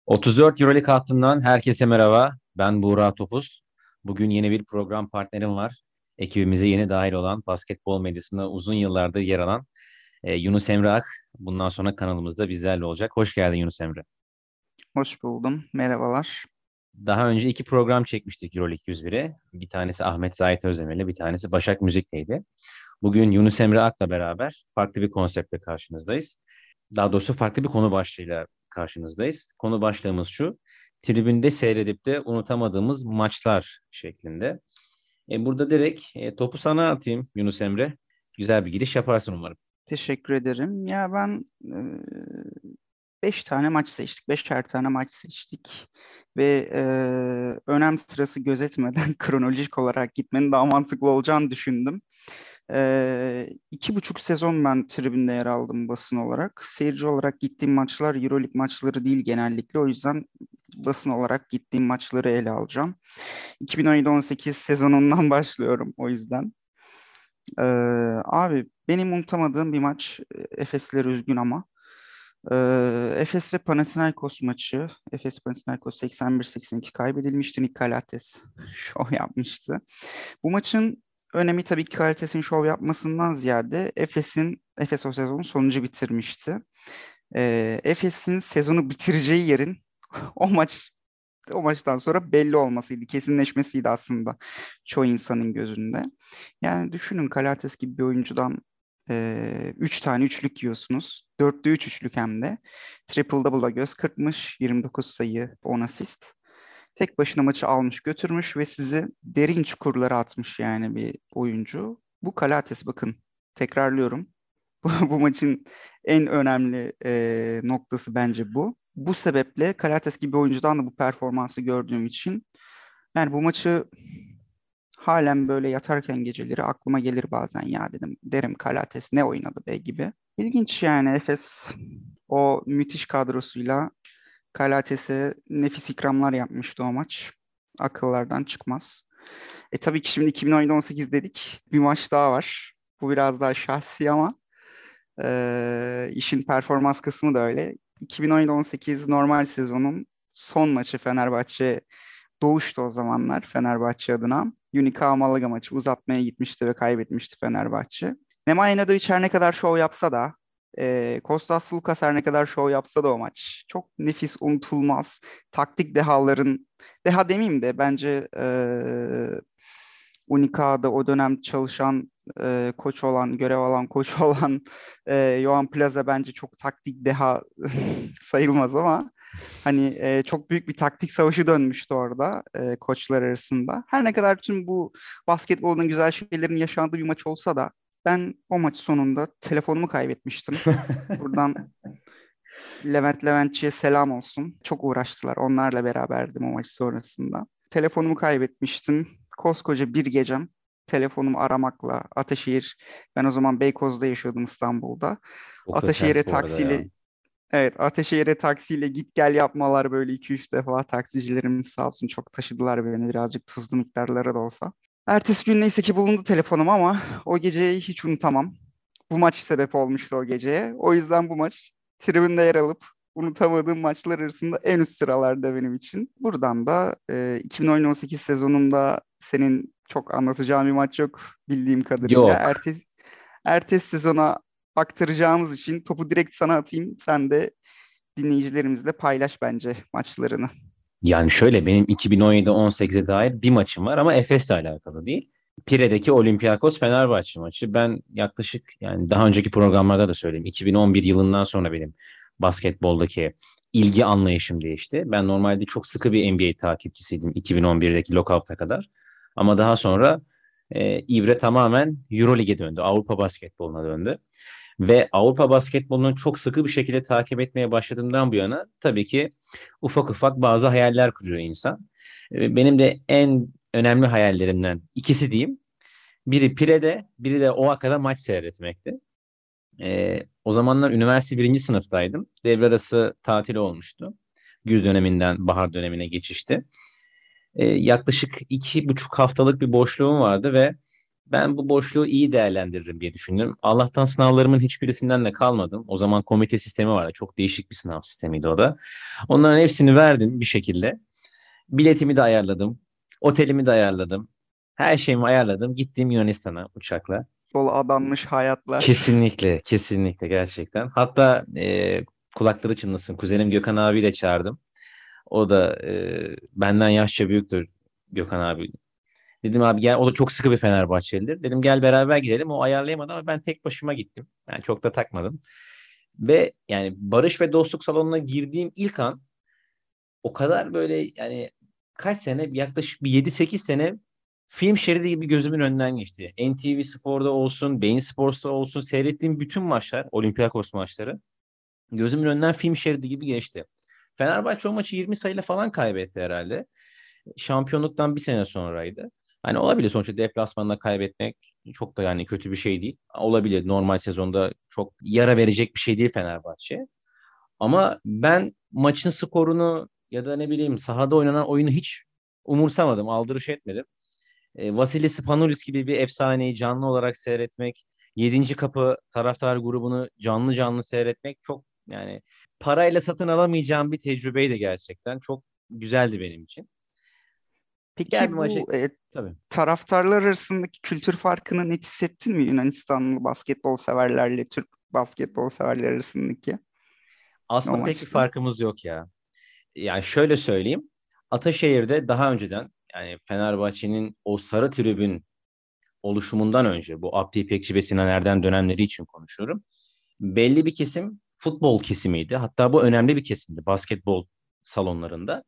34 Euroleague hattından herkese merhaba. Ben Buğra Topuz. Bugün yeni bir program partnerim var. Ekibimize yeni dahil olan, basketbol medyasında uzun yıllardır yer alan Yunus Emre Ak. Bundan sonra kanalımızda bizlerle olacak. Hoş geldin Yunus Emre. Hoş buldum. Merhabalar. Daha önce iki program çekmiştik Euroleague 101'e. Bir tanesi Ahmet Zahit Özdemir'le, bir tanesi Başak Müzik'teydi. Bugün Yunus Emre Ak'la beraber farklı bir konseptle karşınızdayız. Daha doğrusu farklı bir konu başlığıyla karşınızdayız. Konu başlığımız şu: tribünde seyredip de unutamadığımız maçlar şeklinde. Burada direkt topu sana atayım Yunus Emre. Güzel bir giriş yaparsın umarım. Teşekkür ederim. Ya ben 5 tane maç seçtik. 5'er tane maç seçtik. Ve önem sırası gözetmeden kronolojik olarak gitmenin daha mantıklı olacağını düşündüm. 2,5 sezon ben tribünde yer aldım basın olarak. Seyirci olarak gittiğim maçlar Euroleague maçları değil genellikle. O yüzden basın olarak gittiğim maçları ele alacağım. 2017-18 sezonundan başlıyorum o yüzden. Abi benim unutamadığım bir maç. Efesler üzgün ama. Efes ve Panathinaikos maçı. Efes Panathinaikos 81-82 kaybedilmişti. Nikolates şov yapmıştı. Bu maçın önemi tabii ki Kalates'in şov yapmasından ziyade Efes o sezonu sonuncu bitirmişti. Efes'in sezonu bitireceği yerin o maç o maçtan sonra belli olmasıydı, kesinleşmesiydi aslında çoğu insanın gözünde. Yani düşünün Kalates gibi bir oyuncudan 3 tane üçlük yiyorsunuz. 4'te 3 üçlük hem de. Triple double'a göz kırpmış. 29 sayı, 10 asist. Tek başına maçı almış götürmüş ve sizi derin çukurlara atmış yani bir oyuncu. Bu Kalates bakın tekrarlıyorum. Bu maçın en önemli noktası bence bu. Bu sebeple Kalates gibi bir oyuncudan da bu performansı gördüğüm için yani bu maçı halen böyle yatarken geceleri aklıma gelir bazen ya derim Kalates ne oynadı be gibi. İlginç yani Efes o müthiş kadrosuyla Kalates'e nefis ikramlar yapmıştı o maç. Akıllardan çıkmaz. Tabii ki şimdi 2018 dedik. Bir maç daha var. Bu biraz daha şahsi ama işin performans kısmı da öyle. 2017-18 normal sezonun son maçı Fenerbahçe Doğuş'tu o zamanlar Fenerbahçe adına. Unicaja Malaga maçı uzatmaya gitmişti ve kaybetmişti Fenerbahçe. Nemanja Nedović her ne kadar şov yapsa da Kostas Sulukas her ne kadar şov yapsa da o maç çok nefis, unutulmaz. Taktik deha demeyeyim de bence Unica'da o dönem çalışan koç olan, görev alan koç olan Johan Plaza bence çok taktik deha sayılmaz ama hani çok büyük bir taktik savaşı dönmüştü orada koçlar arasında. Her ne kadar tüm bu basketbolun güzel şeylerin yaşandığı bir maç olsa da ben o maç sonunda telefonumu kaybetmiştim. Buradan Levent Leventçi'ye selam olsun. Çok uğraştılar. Onlarla beraberdim o maç sonrasında. Telefonumu kaybetmiştim. Koskoca bir gecem telefonumu aramakla Ataşehir, ben o zaman Beykoz'da yaşıyordum İstanbul'da. Çok da Ataşehir'e ters bu arada ya. taksiyle Evet, Ataşehir'e taksiyle git gel yapmalar böyle iki üç defa taksicilerimiz sağ olsun çok taşıdılar beni birazcık tuzlu miktarlara da olsa. Ertesi gün neyse ki bulundu telefonum ama o geceyi hiç unutamam. Bu maç sebep olmuştu o geceye. O yüzden bu maç tribünde yer alıp unutamadığım maçlar arasında en üst sıralarda benim için. Buradan da 2018 sezonunda senin çok anlatacağın bir maç yok bildiğim kadarıyla. Yok. Ertesi sezona aktaracağımız için topu direkt sana atayım. Sen de dinleyicilerimizle paylaş bence maçlarını. Yani şöyle, benim 2017-18'e dair bir maçım var ama Efes'le alakalı değil. Pire'deki Olympiakos Fenerbahçe maçı. Ben yaklaşık, yani daha önceki programlarda da söyleyeyim, 2011 yılından sonra benim basketboldaki ilgi anlayışım değişti. Ben normalde çok sıkı bir NBA takipçisiydim 2011'deki lockout'a kadar. Ama daha sonra ibre tamamen Euroleague'e döndü. Avrupa basketboluna döndü. Ve Avrupa basketbolunu çok sıkı bir şekilde takip etmeye başladığımdan bu yana tabii ki ufak ufak bazı hayaller kuruyor insan. Benim de en önemli hayallerimden ikisi diyeyim. Biri Pire'de, biri de Oaxaca'da maç seyretmekti. O zamanlar üniversite birinci sınıftaydım. Devre arası tatil olmuştu. Güz döneminden bahar dönemine geçişti. Yaklaşık 2,5 haftalık bir boşluğum vardı ve Ben bu boşluğu iyi değerlendiririm diye düşündüm. Allah'tan sınavlarımın hiçbirisinden de kalmadım. O zaman komite sistemi vardı. Çok değişik bir sınav sistemiydi o da. Onların hepsini verdim bir şekilde. Biletimi de ayarladım. Otelimi de ayarladım. Her şeyimi ayarladım. Gittim Yunanistan'a uçakla. Bol adanmış hayatlar. Kesinlikle, kesinlikle gerçekten. Hatta kulakları çınlasın. Kuzenim Gökhan abiyi de çağırdım. O da benden yaşça büyüktür Gökhan abi. Dedim abi gel. O da çok sıkı bir Fenerbahçelidir. Dedim gel beraber gidelim. O ayarlayamadı ama ben tek başıma gittim. Yani çok da takmadım. Ve yani barış ve dostluk salonuna girdiğim ilk an o kadar böyle yani kaç sene yaklaşık bir 7-8 sene film şeridi gibi gözümün önünden geçti. NTV Spor'da olsun, Bein Sports'ta olsun seyrettiğim bütün maçlar, Olympiakos maçları gözümün önünden film şeridi gibi geçti. Fenerbahçe o maçı 20 sayıyla falan kaybetti herhalde. Şampiyonluktan bir sene sonraydı. Hani olabilir sonuçta deplasmanda kaybetmek çok da yani kötü bir şey değil. Olabilir normal sezonda çok yara verecek bir şey değil Fenerbahçe. Ama ben maçın skorunu ya da ne bileyim sahada oynanan oyunu hiç umursamadım, aldırış etmedim. Vasilis Spanoulis gibi bir efsaneyi canlı olarak seyretmek, yedinci kapı taraftar grubunu canlı canlı seyretmek çok yani parayla satın alamayacağım bir tecrübeydi gerçekten. Çok güzeldi benim için. Diğer bir Peki maça bu tabii. taraftarlar arasındaki kültür farkını net hissettin mi Yunanistanlı basketbol severlerle Türk basketbol severler arasındaki o Aslında pek bir maçta? farkımız yok ya. Yani şöyle söyleyeyim. Ataşehir'de daha önceden yani Fenerbahçe'nin o sarı tribün oluşumundan önce bu Abdi İpekçi ve Sinan Erdem dönemleri için konuşuyorum. Belli bir kesim futbol kesimiydi. Hatta bu önemli bir kesimdi basketbol salonlarında.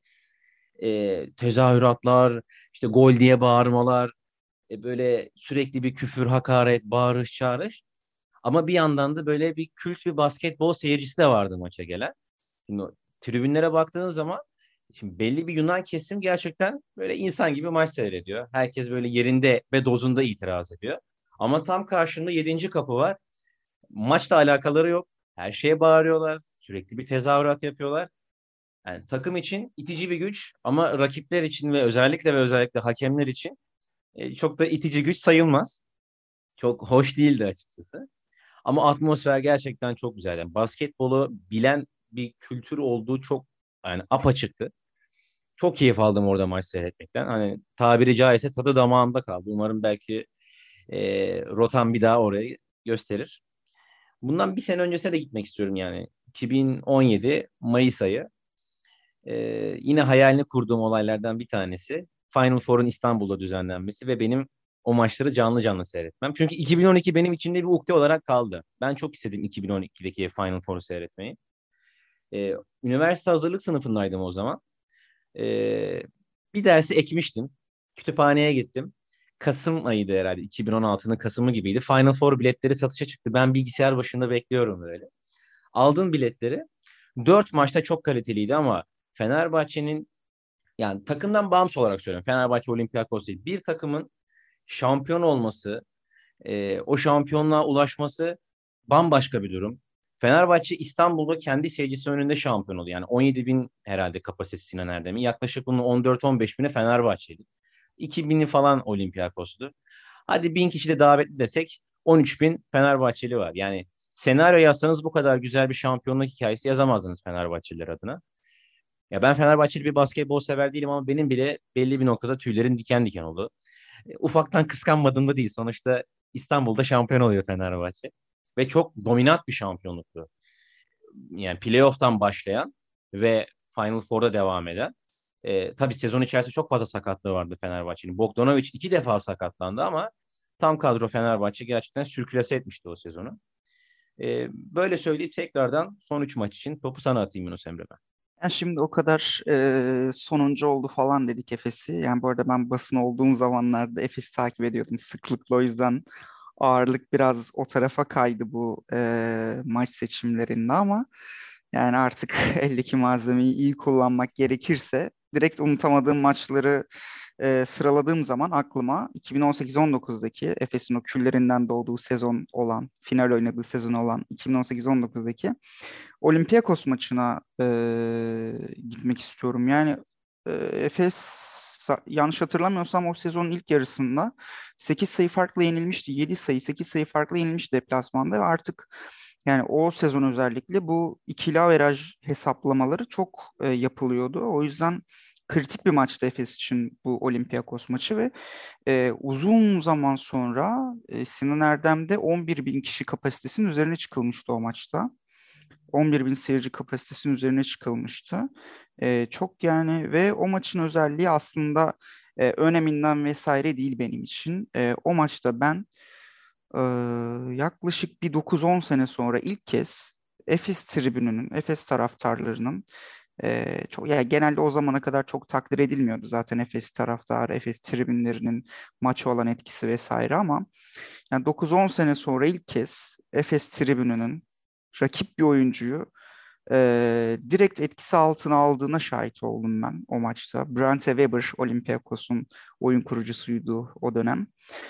Tezahüratlar, işte gol diye bağırmalar, böyle sürekli bir küfür, hakaret, bağırış, çağırış. Ama bir yandan da böyle bir kült bir basketbol seyircisi de vardı maça gelen. Şimdi tribünlere baktığınız zaman şimdi belli bir Yunan kesim gerçekten böyle insan gibi maç seyrediyor. Herkes böyle yerinde ve dozunda itiraz ediyor. Ama tam karşında yedinci kapı var. Maçla alakaları yok. Her şeye bağırıyorlar. Sürekli bir tezahürat yapıyorlar. Yani takım için itici bir güç ama rakipler için ve özellikle hakemler için çok da itici güç sayılmaz. Çok hoş değildi açıkçası. Ama atmosfer gerçekten çok güzel. Yani basketbolu bilen bir kültür olduğu çok yani apaçıktı. Çok keyif aldım orada maç seyretmekten. Hani tabiri caizse tadı damağımda kaldı. Umarım belki rotam bir daha orayı gösterir. Bundan bir sene öncesine de gitmek istiyorum yani. 2017 Mayıs ayı. Yine hayalini kurduğum olaylardan bir tanesi. Final Four'un İstanbul'da düzenlenmesi ve benim o maçları canlı canlı seyretmem. Çünkü 2012 benim içimde bir ukde olarak kaldı. Ben çok istedim 2012'deki Final Four'u seyretmeyi. Ee, Üniversite hazırlık sınıfındaydım o zaman. Ee, Bir dersi ekmiştim. Kütüphaneye gittim. Kasım ayıydı herhalde. 2016'nın Kasım'ı gibiydi. Final Four biletleri satışa çıktı. Ben bilgisayar başında bekliyorum böyle. Aldım biletleri. 4 maçta çok kaliteliydi ama Fenerbahçe'nin yani takımdan bağımsız olarak söylüyorum. Fenerbahçe Olympiakos değil. Bir takımın şampiyon olması, o şampiyonluğa ulaşması bambaşka bir durum. Fenerbahçe İstanbul'da kendi seyircisi önünde şampiyon oldu. Yani 17 bin herhalde kapasitesi Sinan Erdem'in. Yaklaşık bunun 14-15 bini Fenerbahçe'ydi. 2 bini falan Olympiakos'tu. Hadi 1.000 kişi de davetli desek 13 bin Fenerbahçeli var. Yani senaryo yazsanız bu kadar güzel bir şampiyonluk hikayesi yazamazdınız Fenerbahçeliler adına. Ya ben Fenerbahçeli bir basketbol sever değilim ama benim bile belli bir noktada tüylerim diken diken oldu. Ufaktan kıskanmadım da değil. Sonuçta İstanbul'da şampiyon oluyor Fenerbahçe. Ve çok dominant bir şampiyonluktu. Yani playoff'tan başlayan ve Final Four'da devam eden. Tabii sezon içerisinde çok fazla sakatlığı vardı Fenerbahçe'nin. Bogdanovic 2 defa sakatlandı ama tam kadro Fenerbahçe gerçekten sürklase etmişti o sezonu. Böyle söyleyip tekrardan son 3 maç için topu sana atayım Yunus Emre ben. Yani şimdi o kadar sonuncu oldu falan dedik Efes'i. Yani bu arada ben basın olduğum zamanlarda Efes'i takip ediyordum sıklıkla. O yüzden ağırlık biraz o tarafa kaydı bu maç seçimlerinde ama yani artık eldeki malzemeyi iyi kullanmak gerekirse direkt unutamadığım maçları sıraladığım zaman aklıma 2018-19'daki Efes'in o küllerinden doğduğu sezon olan, final oynadığı sezon olan 2018-19'daki Olympiakos maçına gitmek istiyorum. Yani Efes Yanlış hatırlamıyorsam o sezonun ilk yarısında 8 sayı farklı yenilmişti. 7 sayı, 8 sayı farklı yenilmişti deplasmanda ve artık yani o sezon özellikle bu ikili averaj hesaplamaları çok yapılıyordu. O yüzden kritik bir maçtı Efes için bu Olympiakos maçı ve uzun zaman sonra Sinan Erdem'de 11 bin kişi kapasitesinin üzerine çıkılmıştı o maçta. 11 bin seyirci kapasitesinin üzerine çıkılmıştı. Çok yani ve o maçın özelliği aslında öneminden vesaire değil benim için. O maçta ben e, yaklaşık bir 9-10 sene sonra ilk kez Efes tribününün, Efes taraftarlarının çok yani genelde o zamana kadar çok takdir edilmiyordu zaten Efes taraftarı, Efes tribünlerinin maça olan etkisi vesaire ama yani 9-10 sene sonra ilk kez Efes tribününün rakip bir oyuncuyu direkt etkisi altına aldığına şahit oldum ben o maçta. Brante Weber, Olympiakos'un oyun kurucusuydu o dönem.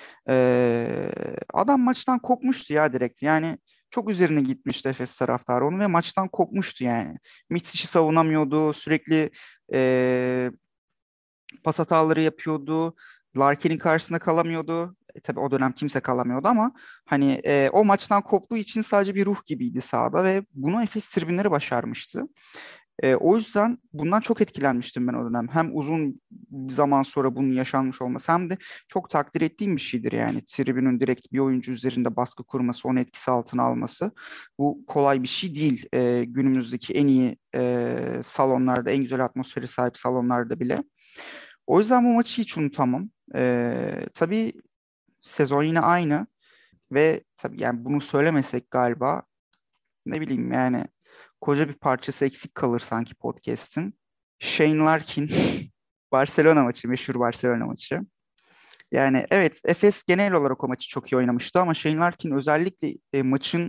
Adam maçtan kopmuştu ya direkt. Yani çok üzerine gitmişti Efes taraftarı onu ve maçtan kopmuştu yani. Mitsic'i savunamıyordu. Sürekli ee, pas hataları yapıyordu. Larkin'in karşısında kalamıyordu. Tabii o dönem kimse kalamıyordu ama hani o maçtan koptuğu için sadece bir ruh gibiydi sahada ve bunu Efes tribünleri başarmıştı. O yüzden bundan çok etkilenmiştim ben o dönem. Hem uzun bir zaman sonra bunun yaşanmış olması hem de çok takdir ettiğim bir şeydir yani. Tribünün direkt bir oyuncu üzerinde baskı kurması, onu etkisi altına alması. Bu kolay bir şey değil. Günümüzdeki en iyi salonlarda, en güzel atmosferi sahip salonlarda bile. O yüzden bu maçı hiç unutamam. Tabii sezon yine aynı ve tabii yani bunu söylemesek galiba ne bileyim yani koca bir parçası eksik kalır sanki podcast'in. Shane Larkin Barcelona maçı, meşhur Barcelona maçı. Yani evet Efes genel olarak o maçı çok iyi oynamıştı ama Shane Larkin özellikle maçın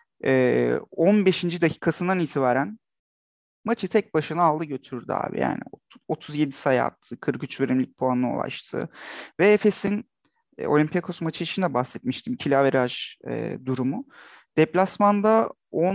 15. dakikasından itibaren maçı tek başına aldı götürdü abi. Yani 37 sayı attı, 43 verimlilik puanına ulaştı. Ve Efes'in Olympiakos maçı için de bahsetmiştim. İkili averaj durumu. Deplasmanda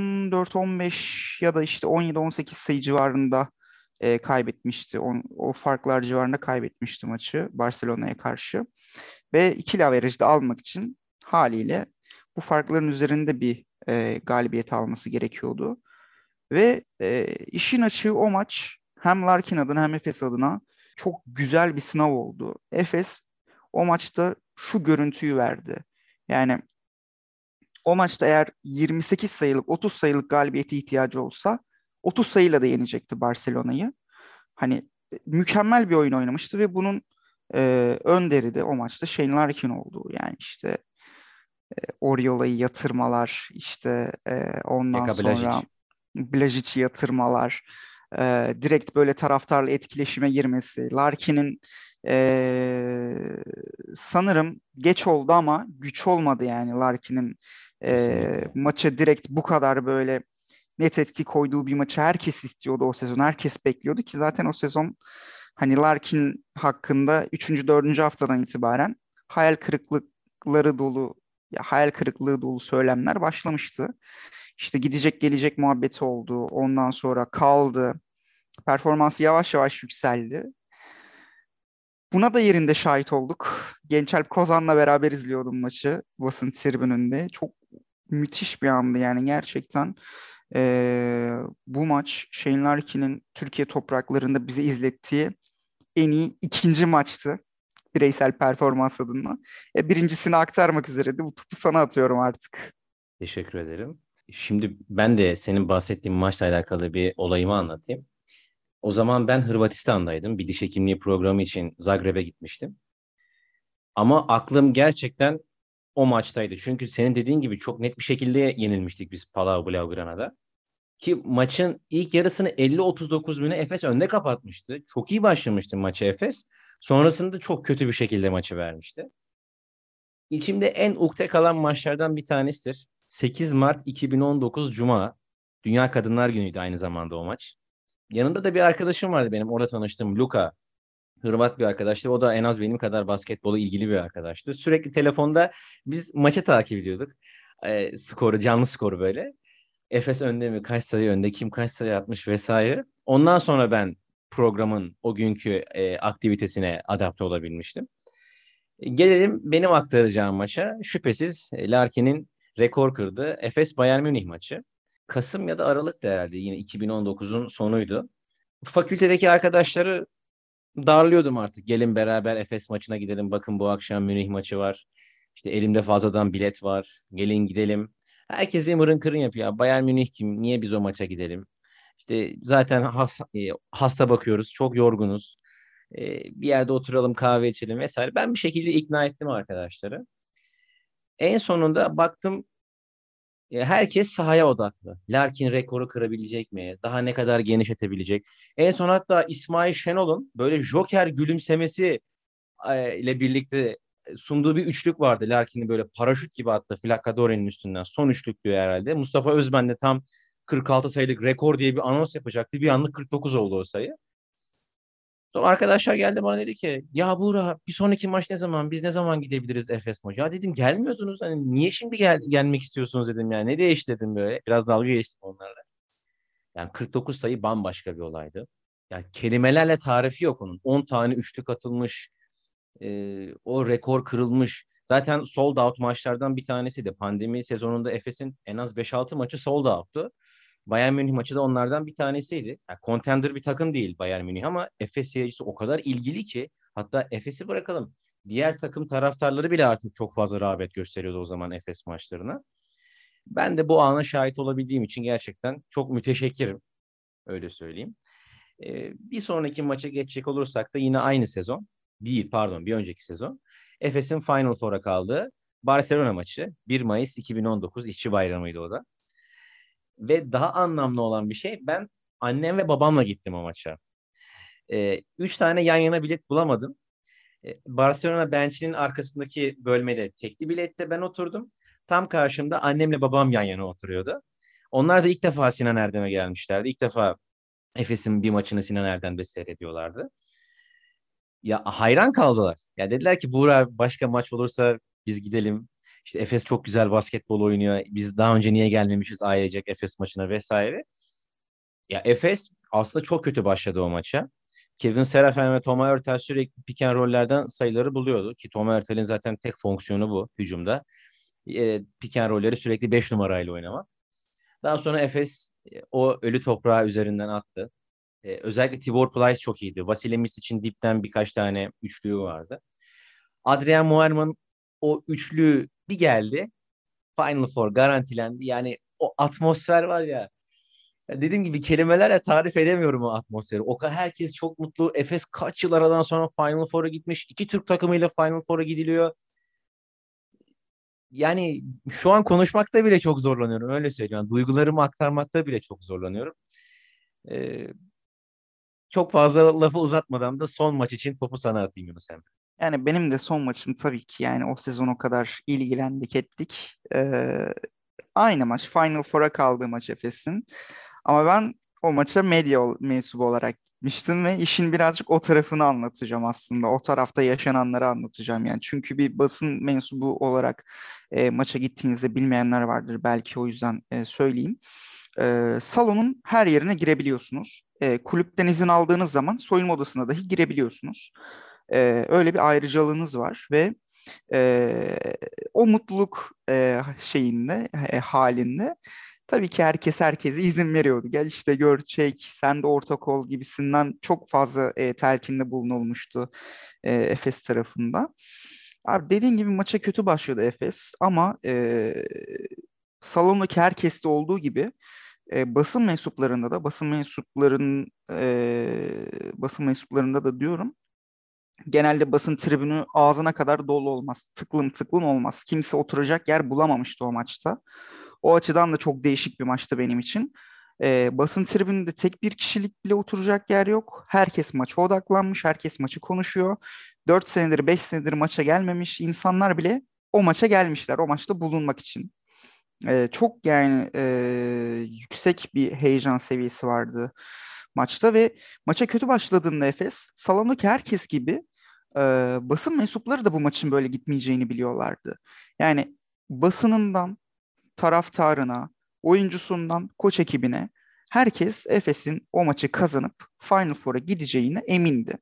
14-15 ya da işte 17-18 sayı civarında kaybetmişti. O farklar civarında kaybetmişti maçı Barcelona'ya karşı. Ve ikili averajı da almak için haliyle bu farkların üzerinde bir galibiyet alması gerekiyordu. Ve işin açığı o maç hem Larkin adına hem Efes adına çok güzel bir sınav oldu. Efes o maçta şu görüntüyü verdi. Yani o maçta eğer 28 sayılık, 30 sayılık galibiyete ihtiyacı olsa 30 sayıyla da yenecekti Barcelona'yı. Hani mükemmel bir oyun oynamıştı ve bunun önderi de o maçta Shane Larkin oldu. Yani işte Oriola'yı yatırmalar, işte ondan Jaka sonra Blažić. Blagic'i yatırmalar, direkt böyle taraftarla etkileşime girmesi, Larkin'in sanırım geç oldu ama güç olmadı yani Larkin'in Kesinlikle. maça direkt bu kadar böyle net etki koyduğu bir maçı herkes istiyordu o sezon. Herkes bekliyordu ki zaten o sezon hani Larkin hakkında üçüncü dördüncü haftadan itibaren hayal kırıklıkları dolu hayal kırıklığı dolu söylemler başlamıştı. İşte gidecek gelecek muhabbeti oldu. Ondan sonra kaldı. Performansı yavaş yavaş yükseldi. Buna da yerinde şahit olduk. Gençalp Kozan'la beraber izliyordum maçı basın tribününde. Çok müthiş bir andı yani gerçekten. Bu maç Shane Larkin'in Türkiye topraklarında bize izlettiği en iyi ikinci maçtı. Bireysel performans adına. Birincisini aktarmak üzere de bu topu sana atıyorum artık. Teşekkür ederim. Şimdi ben de senin bahsettiğin maçla alakalı bir olayımı anlatayım. O zaman ben Hırvatistan'daydım. Bir diş hekimliği programı için Zagreb'e gitmiştim. Ama aklım gerçekten o maçtaydı. Çünkü senin dediğin gibi çok net bir şekilde yenilmiştik biz Palau Blaugrana'da. Ki maçın ilk yarısını 50-39 bine Efes önde kapatmıştı. Çok iyi başlamıştı maçı Efes. Sonrasında çok kötü bir şekilde maçı vermişti. İçimde en ukde kalan maçlardan bir tanesidir. 8 Mart 2019 Cuma. Dünya Kadınlar Günü'ydü aynı zamanda o maç. Yanında da bir arkadaşım vardı benim. Orada tanıştığım Luka. Hırvat bir arkadaştı. O da en az benim kadar basketbola ilgili bir arkadaştı. Sürekli telefonda biz maçı takip ediyorduk. Skoru, canlı skoru böyle. Efes önde mi? Kaç sayı önde? Kim kaç sayı atmış vesaire. Ondan sonra ben programın o günkü aktivitesine adapte olabilmiştim. Gelelim benim aktaracağım maça. Şüphesiz Larkin'in rekor kırdığı Efes Bayern Münih maçı. Kasım ya da Aralık'tı herhalde, yine 2019'un sonuydu. Fakültedeki arkadaşları darlıyordum artık. Gelin beraber Efes maçına gidelim. Bakın bu akşam Münih maçı var. İşte elimde fazladan bilet var. Gelin gidelim. Herkes bir mırın kırın yapıyor. Bayern Münih kim? Niye biz o maça gidelim? İşte zaten hasta bakıyoruz. Çok yorgunuz. Bir yerde oturalım, kahve içelim vesaire. Ben bir şekilde ikna ettim arkadaşları. En sonunda baktım herkes sahaya odaklı. Larkin rekoru kırabilecek mi? Daha ne kadar genişletebilecek? En son hatta İsmail Şenol'un böyle Joker gülümsemesi ile birlikte sunduğu bir üçlük vardı. Larkin'i böyle paraşüt gibi attı Flaccadore'nin üstünden. Son üçlük diyor herhalde. Mustafa Özben de tam 46 sayılık rekor diye bir anons yapacaktı. Bir anlık 49 oldu o sayı. Sonra arkadaşlar geldi bana, dedi ki ya Buğra, bir sonraki maç ne zaman? Biz ne zaman gidebiliriz Efes maçı? Ya dedim gelmiyordunuz. Hani niye şimdi gelmek istiyorsunuz dedim yani. Ne değişti dedim böyle. Biraz dalga geçtim onlarla. Yani 49 sayı bambaşka bir olaydı. Yani kelimelerle tarifi yok onun. 10 tane üçlük atılmış. O rekor kırılmış. Zaten sold out maçlardan bir tanesiydi. Pandemi sezonunda Efes'in en az 5-6 maçı sold out'tu. Bayern Münih maçı da onlardan bir tanesiydi. Yani contender bir takım değil Bayern Münih ama Efes seyircisi o kadar ilgili ki, hatta Efes'i bırakalım, diğer takım taraftarları bile artık çok fazla rağbet gösteriyordu o zaman Efes maçlarına. Ben de bu ana şahit olabildiğim için gerçekten çok müteşekkirim. Öyle söyleyeyim. Bir sonraki maça geçecek olursak da yine aynı sezon. Değil, pardon, bir önceki sezon. Efes'in Final Four'a kaldığı Barcelona maçı. 1 Mayıs 2019 İşçi Bayramı'ydı o da. Ve daha anlamlı olan bir şey, ben annem ve babamla gittim o maça. Üç tane yan yana bilet bulamadım. Barcelona bench'inin arkasındaki bölmede tekli bilette ben oturdum. Tam karşımda annemle babam yan yana oturuyordu. Onlar da ilk defa Sinan Erdem'e gelmişlerdi. İlk defa Efes'in bir maçını Sinan Erdem'de seyrediyorlardı. Ya hayran kaldılar. Ya dediler ki Buğra, başka maç olursa biz gidelim. İşte Efes çok güzel basketbol oynuyor. Biz daha önce niye gelmemişiz ailecek Efes maçına vesaire. Ya Efes aslında çok kötü başladı o maça. Kevin Serafen ve Toma Hürtel sürekli pick and roll'lerden sayıları buluyordu. Ki Toma Hürtel'in zaten tek fonksiyonu bu hücumda. Pick and roll'leri sürekli 5 numarayla oynamak. Daha sonra Efes o ölü toprağı üzerinden attı. Özellikle Tibor Plyce çok iyiydi. Vasilij için dipten birkaç tane üçlüğü vardı. Adrian Muerman o üçlü bir geldi. Final Four garantilendi. Yani o atmosfer var ya. Ya dediğim gibi kelimelerle tarif edemiyorum o atmosferi. O kadar herkes çok mutlu. Efes kaç yıl aradan sonra Final Four'a gitmiş. İki Türk takımıyla Final Four'a gidiliyor. Yani şu an konuşmakta bile çok zorlanıyorum. Öyle söylüyorum. Duygularımı aktarmakta bile çok zorlanıyorum. Ee, Çok fazla lafı uzatmadan da son maç için topu sana atayım Yunus Emre. Yani benim de son maçım tabii ki, yani o sezon o kadar ilgilendik ettik. Aynı maç, Final Four'a kaldığı maç Efes'in. Ama ben o maça medya mensubu olarak gitmiştim ve işin birazcık o tarafını anlatacağım aslında. O tarafta yaşananları anlatacağım yani. Çünkü bir basın mensubu olarak maça gittiğinizde bilmeyenler vardır. Belki o yüzden söyleyeyim. Salonun her yerine girebiliyorsunuz. Kulüpten izin aldığınız zaman soyunma odasına dahi girebiliyorsunuz. Öyle bir ayrıcalığınız var ve e, o mutluluk şeyinde, halinde tabii ki herkes herkese izin veriyordu. Gel işte gör, çek, sen de ortak ol gibisinden çok fazla telkinde bulunulmuştu Efes tarafında. Abi dediğin gibi maça kötü başladı Efes ama salondaki herkeste olduğu gibi basın mensuplarında da basın mensuplarında da diyorum, genelde basın tribünü ağzına kadar dolu olmaz. Tıklım tıklım olmaz. Kimse oturacak yer bulamamıştı o maçta. O açıdan da çok değişik bir maçtı benim için. Basın tribününde tek bir kişilik bile oturacak yer yok. Herkes maça odaklanmış. Herkes maçı konuşuyor. 4 senedir 5 senedir maça gelmemiş insanlar bile o maça gelmişler. O maçta bulunmak için. Çok yani yüksek bir heyecan seviyesi vardı maçta ve maça kötü başladığında Efes, salondaki herkes gibi e, basın mensupları da bu maçın böyle gitmeyeceğini biliyorlardı. Yani basınından taraftarına, oyuncusundan koç ekibine Herkes Efes'in o maçı kazanıp Final Four'a gideceğine emindi.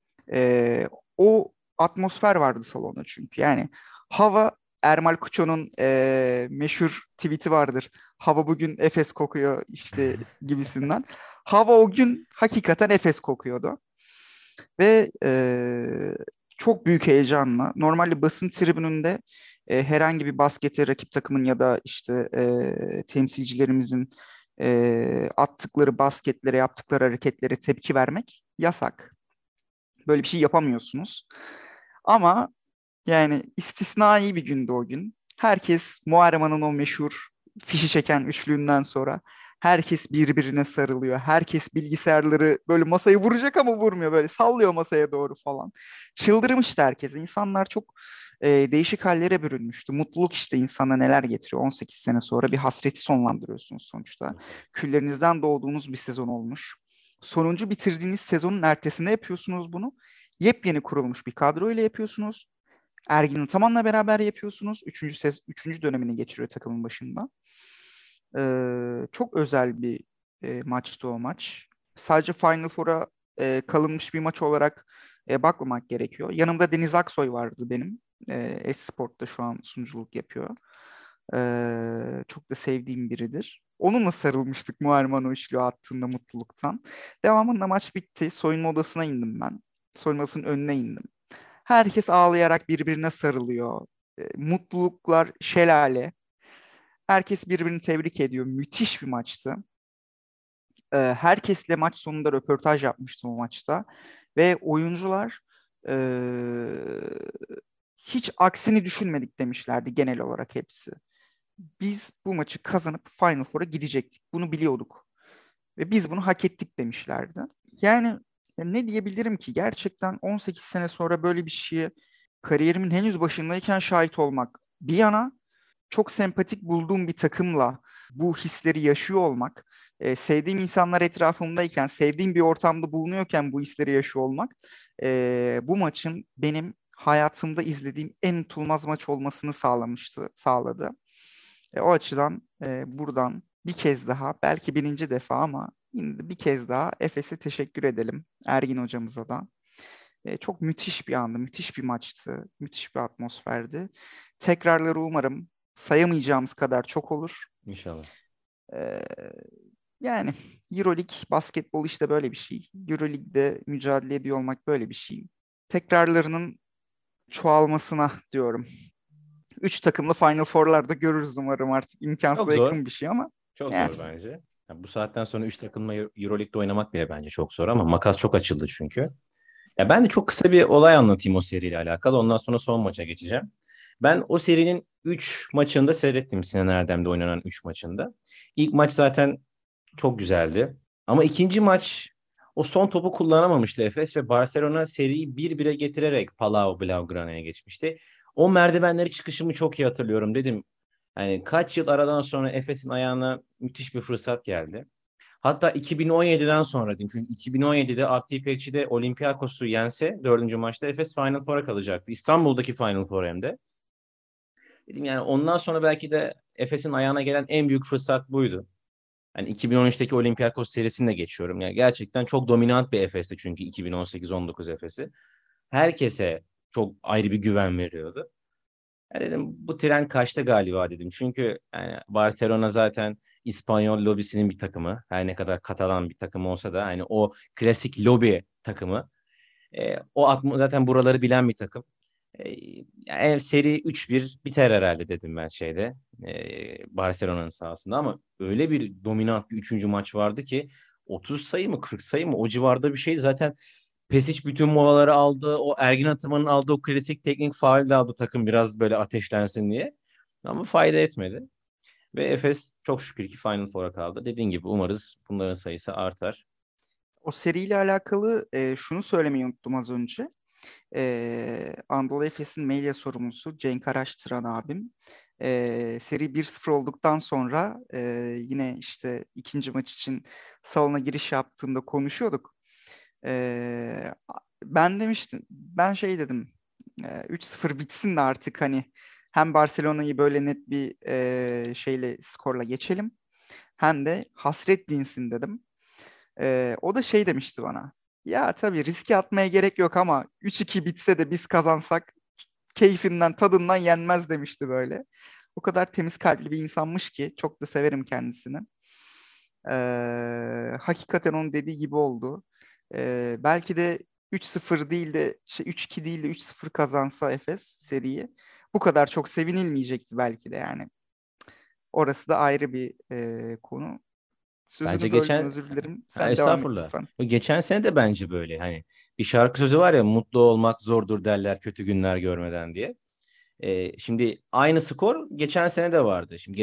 O atmosfer vardı salonda çünkü. Yani hava, Ermal Kuço'nun meşhur tweet'i vardır. Hava bugün Efes kokuyor işte gibisinden. Hava o gün hakikaten Efes kokuyordu. Ve çok büyük heyecanla normalde basın tribününde herhangi bir baskete rakip takımın ya da işte temsilcilerimizin attıkları basketlere, yaptıkları hareketlere tepki vermek yasak. Böyle bir şey yapamıyorsunuz. Ama yani istisnai bir gündü o gün. Herkes Muharrema'nın o meşhur fişi çeken üçlüğünden sonra herkes birbirine sarılıyor. Herkes bilgisayarları böyle masayı vuracak ama vurmuyor. Böyle sallıyor masaya doğru falan. Çıldırmıştı herkes. İnsanlar çok değişik hallere bürünmüştü. Mutluluk işte insana neler getiriyor. 18 sene sonra bir hasreti sonlandırıyorsunuz sonuçta. Küllerinizden doğduğunuz bir sezon olmuş. Sonuncu bitirdiğiniz sezonun ertesinde yapıyorsunuz bunu. Yepyeni kurulmuş bir kadro ile yapıyorsunuz. Ergin Ataman'la beraber yapıyorsunuz. Üçüncü dönemini geçiriyor takımın başında. Çok özel bir maçtı o maç. Sadece Final Four'a kalınmış bir maç olarak bakmamak gerekiyor. Yanımda Deniz Aksoy vardı benim. Esport'ta şu an sunuculuk yapıyor. Çok da sevdiğim biridir. Onunla sarılmıştık Muharrem üçlü attığında mutluluktan. Devamında maç bitti. Soyunma odasına indim ben. Soyunma odasının önüne indim. Herkes ağlayarak birbirine sarılıyor. Mutluluklar şelale. Herkes birbirini tebrik ediyor. Müthiş bir maçtı. Herkesle maç sonunda röportaj yapmıştım o maçta. Ve oyuncular e, hiç aksini düşünmedik demişlerdi genel olarak hepsi. Biz bu maçı kazanıp Final Four'a gidecektik. Bunu biliyorduk. Ve biz bunu hak ettik demişlerdi. Yani ne diyebilirim ki? Gerçekten 18 sene sonra böyle bir şeye kariyerimin henüz başındayken şahit olmak bir yana, çok sempatik bulduğum bir takımla bu hisleri yaşıyor olmak, sevdiğim insanlar etrafımdayken, sevdiğim bir ortamda bulunuyorken bu hisleri yaşıyor olmak, bu maçın benim hayatımda izlediğim en unutulmaz maç olmasını sağladı. O açıdan buradan bir kez daha, belki birinci defa ama yine de bir kez daha Efes'e teşekkür edelim. Ergin hocamıza da. Çok müthiş bir andı, müthiş bir maçtı, müthiş bir atmosferdi. Tekrarları umarım sayamayacağımız kadar çok olur. İnşallah. E, Yani Euroleague basketbol işte böyle bir şey. Euroleague'de mücadele ediyor olmak böyle bir şey. Tekrarlarının çoğalmasına diyorum. Üç takımlı Final Four'larda görürüz umarım, artık Çok imkansıza zor. yakın bir şey ama Çok yani zor bence. Ya bu saatten sonra 3 takımla Euroleague'de oynamak bile bence çok zor ama makas çok açıldı çünkü. Ya ben de çok kısa bir olay anlatayım o seriyle alakalı. Ondan sonra son maça geçeceğim. Ben o serinin 3 maçında seyrettim, Sinan Erdem'de oynanan 3 maçında. İlk maç zaten çok güzeldi. Ama ikinci maç o son topu kullanamamıştı Efes ve Barcelona seriyi 1-1'e getirerek Palau Blaugrana'ya geçmişti. O merdivenleri çıkışımı çok iyi hatırlıyorum. Dedim yani kaç yıl aradan sonra Efes'in ayağına müthiş bir fırsat geldi. Hatta 2017'den sonra diyeyim. Çünkü 2017'de Abdi İpekçi'de Olympiakos'u yense dördüncü maçta Efes Final Four'a kalacaktı. İstanbul'daki Final Four hem de. Dedim yani ondan sonra belki de Efes'in ayağına gelen en büyük fırsat buydu. Yani 2013'teki Olympiakos serisini de geçiyorum. Yani gerçekten çok dominant bir Efes'ti çünkü 2018-19 Efes'i. Herkese çok ayrı bir güven veriyordu. Ya dedim bu tren kaçtı galiba dedim. Çünkü yani Barcelona zaten İspanyol lobisinin bir takımı. Her ne kadar Katalan bir takım olsa da hani o klasik lobi takımı. Zaten buraları bilen bir takım. Yani seri 3-1 biter herhalde dedim ben Barcelona'nın sahasında ama öyle bir dominant bir üçüncü maç vardı ki 30 sayı mı 40 sayı mı o civarda bir şey. Zaten Pesic bütün molaları aldı. O Ergin Ataman'ın aldığı o klasik teknik faul de aldı takım biraz böyle ateşlensin diye. Ama fayda etmedi. Ve Efes çok şükür ki Final Four'a kaldı. Dediğin gibi umarız bunların sayısı artar. o seriyle alakalı şunu söylemeyi unuttum az önce. Anadolu Efes'in medya sorumlusu Cenk Araştıran abim. Seri 1-0 olduktan sonra yine işte ikinci maç için salona giriş yaptığında konuşuyorduk. Ee, Ben demiştim, ben şey dedim, 3-0 bitsin de artık hani hem Barcelona'yı böyle net bir şeyle, skorla geçelim. hem de hasret dinsin dedim. O da şey demişti bana. Ya tabii riske atmaya gerek yok ama 3-2 bitse de biz kazansak keyfinden, tadından yenmez demişti böyle. O kadar temiz kalpli bir insanmış ki çok da severim kendisini. Hakikaten onun dediği gibi oldu. Belki de 3-0 değil de 3-2 değil de 3-0 kazansa Efes seriyi bu kadar çok sevinilmeyecekti belki de yani. Orası da ayrı bir konu. Bence Sözünü böldüm, geçen özür dilerim. ha, Sen devam et estağfurullah. lütfen. Geçen sene de bence böyle hani bir şarkı sözü var ya, mutlu olmak zordur derler kötü günler görmeden diye. Şimdi aynı skor geçen sene de vardı. Şimdi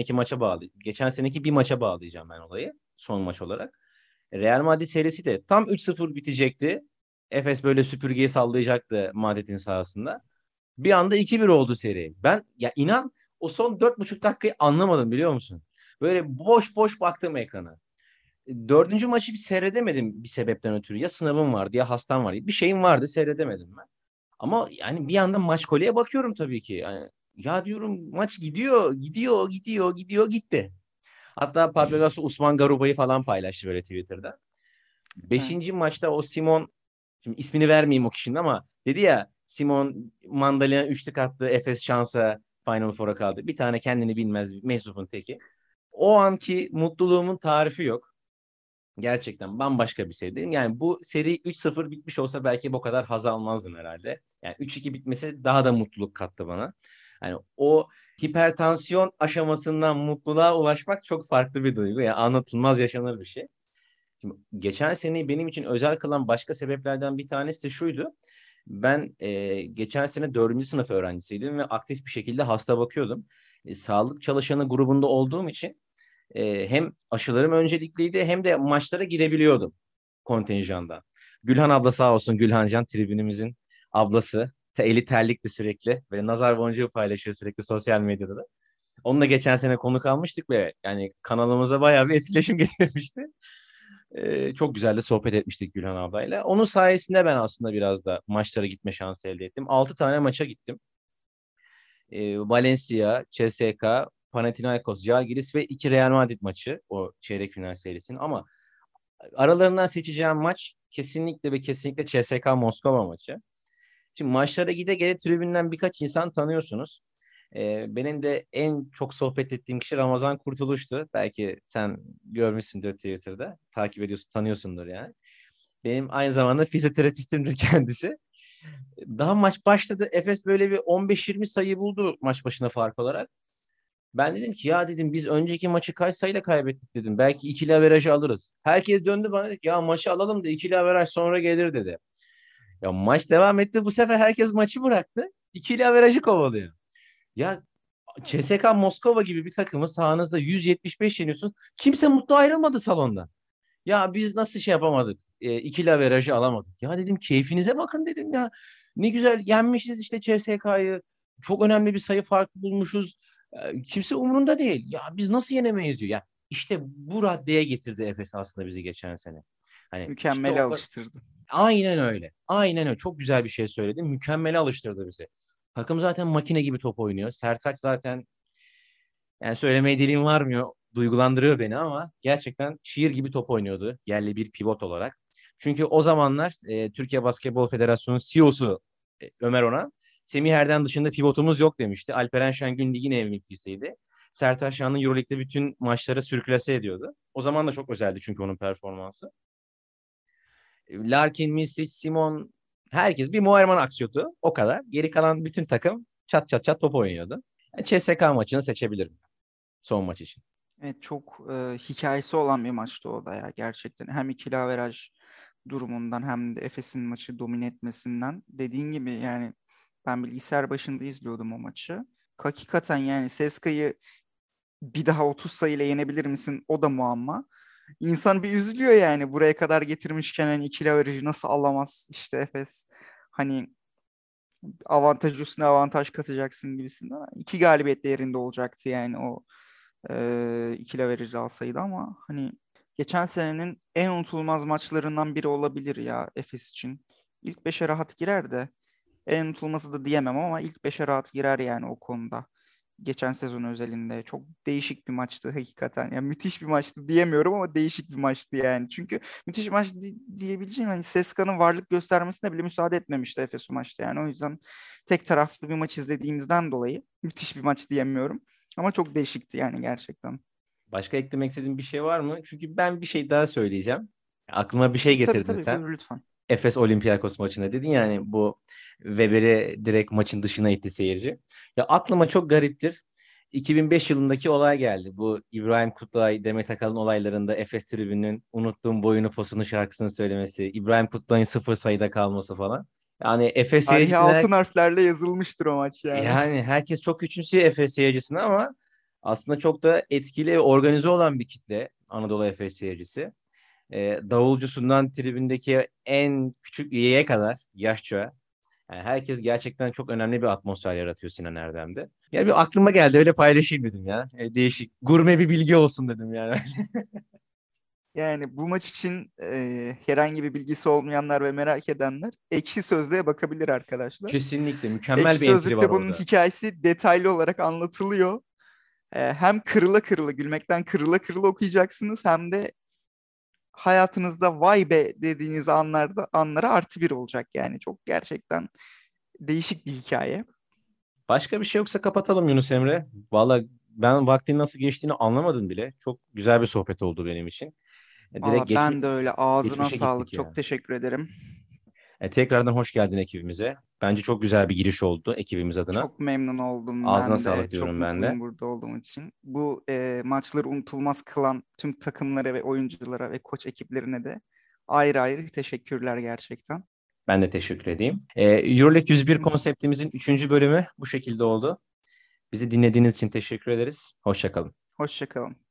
geçen seneki bir maça bağlayacağım ben olayı son maç olarak. Real Madrid serisi de tam 3-0 bitecekti. Efes böyle süpürgeyi sallayacaktı Madrid'in sahasında. Bir anda 2-1 oldu seri. Ben ya inan o son 4,5 dakikayı anlamadım, biliyor musun? Böyle boş boş baktım ekrana. Dördüncü maçı bir seyredemedim bir sebepten ötürü. Ya sınavım vardı ya hastam vardı. Bir şeyim vardı, seyredemedim ben. Ama yani bir yandan maç koleye bakıyorum tabii ki. Yani, ya diyorum maç gidiyor, gidiyor, gidiyor, gidiyor, gitti. Hatta Fabregas Usman Garuba'yı falan paylaştı böyle Twitter'da. Evet. Beşinci maçta o Simon, şimdi ismini vermeyeyim o kişinin ama dedi ya, Simon mandalina üçlük attı, Efes şansa Final Four'a kaldı. Bir tane kendini bilmez meczubun teki. O anki mutluluğumun tarifi yok. Gerçekten bambaşka bir seriydi. Yani bu seri 3-0 bitmiş olsa belki bu kadar haz almazdım herhalde. Yani 3-2 bitmesi daha da mutluluk kattı bana. Yani o hipertansiyon aşamasından mutluluğa ulaşmak çok farklı bir duygu. Yani anlatılmaz yaşanır bir şey. Şimdi geçen seneyi benim için özel kılan başka sebeplerden bir tanesi de şuydu. Ben geçen sene 4. sınıf öğrencisiydim ve aktif bir şekilde hasta bakıyordum. Sağlık çalışanı grubunda olduğum için hem aşılarım öncelikliydi hem de maçlara girebiliyordum kontenjandan. Gülhan abla sağ olsun, Gülhan Can tribünümüzün ablası. Eli terlikti sürekli. Böyle nazar boncuğu paylaşıyor sürekli sosyal medyada da. Onunla geçen sene konuk almıştık ve yani kanalımıza bayağı bir etkileşim getirmişti. Çok güzel de sohbet etmiştik Gülhan ablayla. Onun sayesinde ben aslında biraz da maçlara gitme şansı elde ettim. 6 tane maça gittim. Valencia, CSKA, Panathinaikos, Žalgiris ve 2 Real Madrid maçı o çeyrek final serisinin. Ama aralarından seçeceğim maç kesinlikle ve kesinlikle CSKA Moskova maçı. Şimdi maçlara gide gele tribünden birkaç insan tanıyorsunuz. Benim de en çok sohbet ettiğim kişi Ramazan Kurtuluş'tu. Belki sen görmüşsündür Twitter'da. Takip ediyorsun, tanıyorsundur yani. Benim aynı zamanda fizyoterapistimdir kendisi. Daha maç başladı. Efes böyle bir 15-20 sayı buldu maç başına fark olarak. Ben dedim ki ya dedim biz önceki maçı kaç sayıyla kaybettik dedim. Belki ikili averajı alırız. Herkes döndü bana dedi ki ya maçı alalım da ikili averaj sonra gelir dedi. Ya maç devam etti. Bu sefer herkes maçı bıraktı. İkili averajı kovalıyor. Ya CSKA Moskova gibi bir takımı sahanızda 175 yeniyorsunuz. Kimse mutlu ayrılmadı salonda. Ya biz nasıl şey yapamadık? İkili averajı alamadık. Ya dedim keyfinize bakın dedim ya. Ne güzel yenmişiz işte CSK'yı. Çok önemli bir sayı farkı bulmuşuz. Kimse umurunda değil. Ya biz nasıl yenemeyiz diyor. Ya işte bu raddeye getirdi Efes aslında bizi geçen sene. Hani işte Mükemmele alıştırdı. aynen öyle. Aynen öyle. Çok güzel bir şey söyledin. Mükemmele alıştırdı bizi. Takım zaten makine gibi top oynuyor. Sertaç zaten, yani söylemeye dilim varmıyor. Duygulandırıyor beni ama gerçekten şiir gibi top oynuyordu. Yerli bir pivot olarak. Çünkü o zamanlar Türkiye Basketbol Federasyonu CEO'su Ömer ona Semih Erdem dışında pivotumuz yok demişti. Alperen Şengün ligin MVP'siydi. Sertaç Şanlı Euroleague'de bütün maçları sürklase ediyordu. O zaman da çok özeldi çünkü onun performansı. Larkin, Misic, Simon, herkes bir Muayerman aksıyordu. O kadar. Geri kalan bütün takım çat çat çat top oynuyordu. CSK maçını seçebilirim son maç için. Evet, çok hikayesi olan bir maçtı o da ya gerçekten. Hem ikili averaj durumundan hem de Efes'in maçı domine etmesinden. Dediğin gibi yani ben bilgisayar başında izliyordum o maçı. Hakikaten yani Seska'yı bir daha 30 sayıyla yenebilir misin? O da muamma. İnsan bir üzülüyor yani buraya kadar getirmişken hani ikili averajı nasıl alamaz işte Efes. Hani avantaj üstüne avantaj katacaksın gibisinden. İki galibiyet değerinde olacaktı yani o ikili averajı alsaydı ama hani geçen senenin en unutulmaz maçlarından biri olabilir ya Efes için. İlk beşe rahat girer de en unutulması da diyemem ama ilk beşe rahat girer yani o konuda. geçen sezon özelinde. Çok değişik bir maçtı hakikaten. Yani müthiş bir maçtı diyemiyorum ama değişik bir maçtı yani. Çünkü müthiş bir maç diyebileceğim, hani Seska'nın varlık göstermesine bile müsaade etmemişti Efes o maçta. Yani o yüzden tek taraflı bir maç izlediğimizden dolayı müthiş bir maç diyemiyorum. Ama çok değişikti yani gerçekten. Başka eklemek istediğin bir şey var mı? Çünkü ben bir şey daha söyleyeceğim. Aklıma bir şey Tabii getirdin tabii, sen. buyur lütfen. Efes Olympiakos maçında dedin yani bu Weber'i direkt maçın dışına itti seyirci. Ya aklıma çok gariptir. 2005 yılındaki olay geldi. Bu İbrahim Kutlay, Demet Akalın olaylarında Efes tribünün unuttuğum boyunu posunu şarkısını söylemesi, İbrahim Kutlay'ın sıfır sayıda kalması falan. Yani Efes Tarihe seyircisine altın harflerle yazılmıştır o maç yani. yani herkes çok küçümsüyor Efes seyircisini ama aslında çok da etkili ve organize olan bir kitle Anadolu Efes seyircisi. Davulcusundan tribündeki en küçük üyeye kadar yaşça. Yani herkes gerçekten çok önemli bir atmosfer yaratıyor Sinan Erdem'de. Ya bir aklıma geldi öyle paylaşayım dedim ya. Değişik. Gurme bir bilgi olsun dedim yani. Yani bu maç için herhangi bir bilgisi olmayanlar ve merak edenler Ekşi Sözlüğe bakabilir arkadaşlar. Kesinlikle mükemmel Ekşi bir entry var Sözlük'te bunun orada. hikayesi detaylı olarak anlatılıyor. Hem kırıla kırıla, gülmekten kırıla kırıla okuyacaksınız, hem de hayatınızda vay be dediğiniz anlara artı bir olacak yani. Çok gerçekten değişik bir hikaye. Başka bir şey yoksa kapatalım Yunus Emre. Valla ben vaktin nasıl geçtiğini anlamadım bile. Çok güzel bir sohbet oldu benim için. Direkt Valla ben de öyle, ağzına geçmişe gittik sağlık. Çok ya. teşekkür ederim. Tekrardan hoş geldin ekibimize. Bence çok güzel bir giriş oldu ekibimiz adına. Çok memnun oldum Ağzına ben de. sağlık Çok diyorum ben de. mutluyum burada olduğum için. Bu maçları unutulmaz kılan tüm takımlara ve oyunculara ve koç ekiplerine de ayrı ayrı teşekkürler gerçekten. Ben de teşekkür edeyim. Euroleague 101 konseptimizin 3. bölümü bu şekilde oldu. Bizi dinlediğiniz için teşekkür ederiz. Hoşça kalın. Hoşça kalın.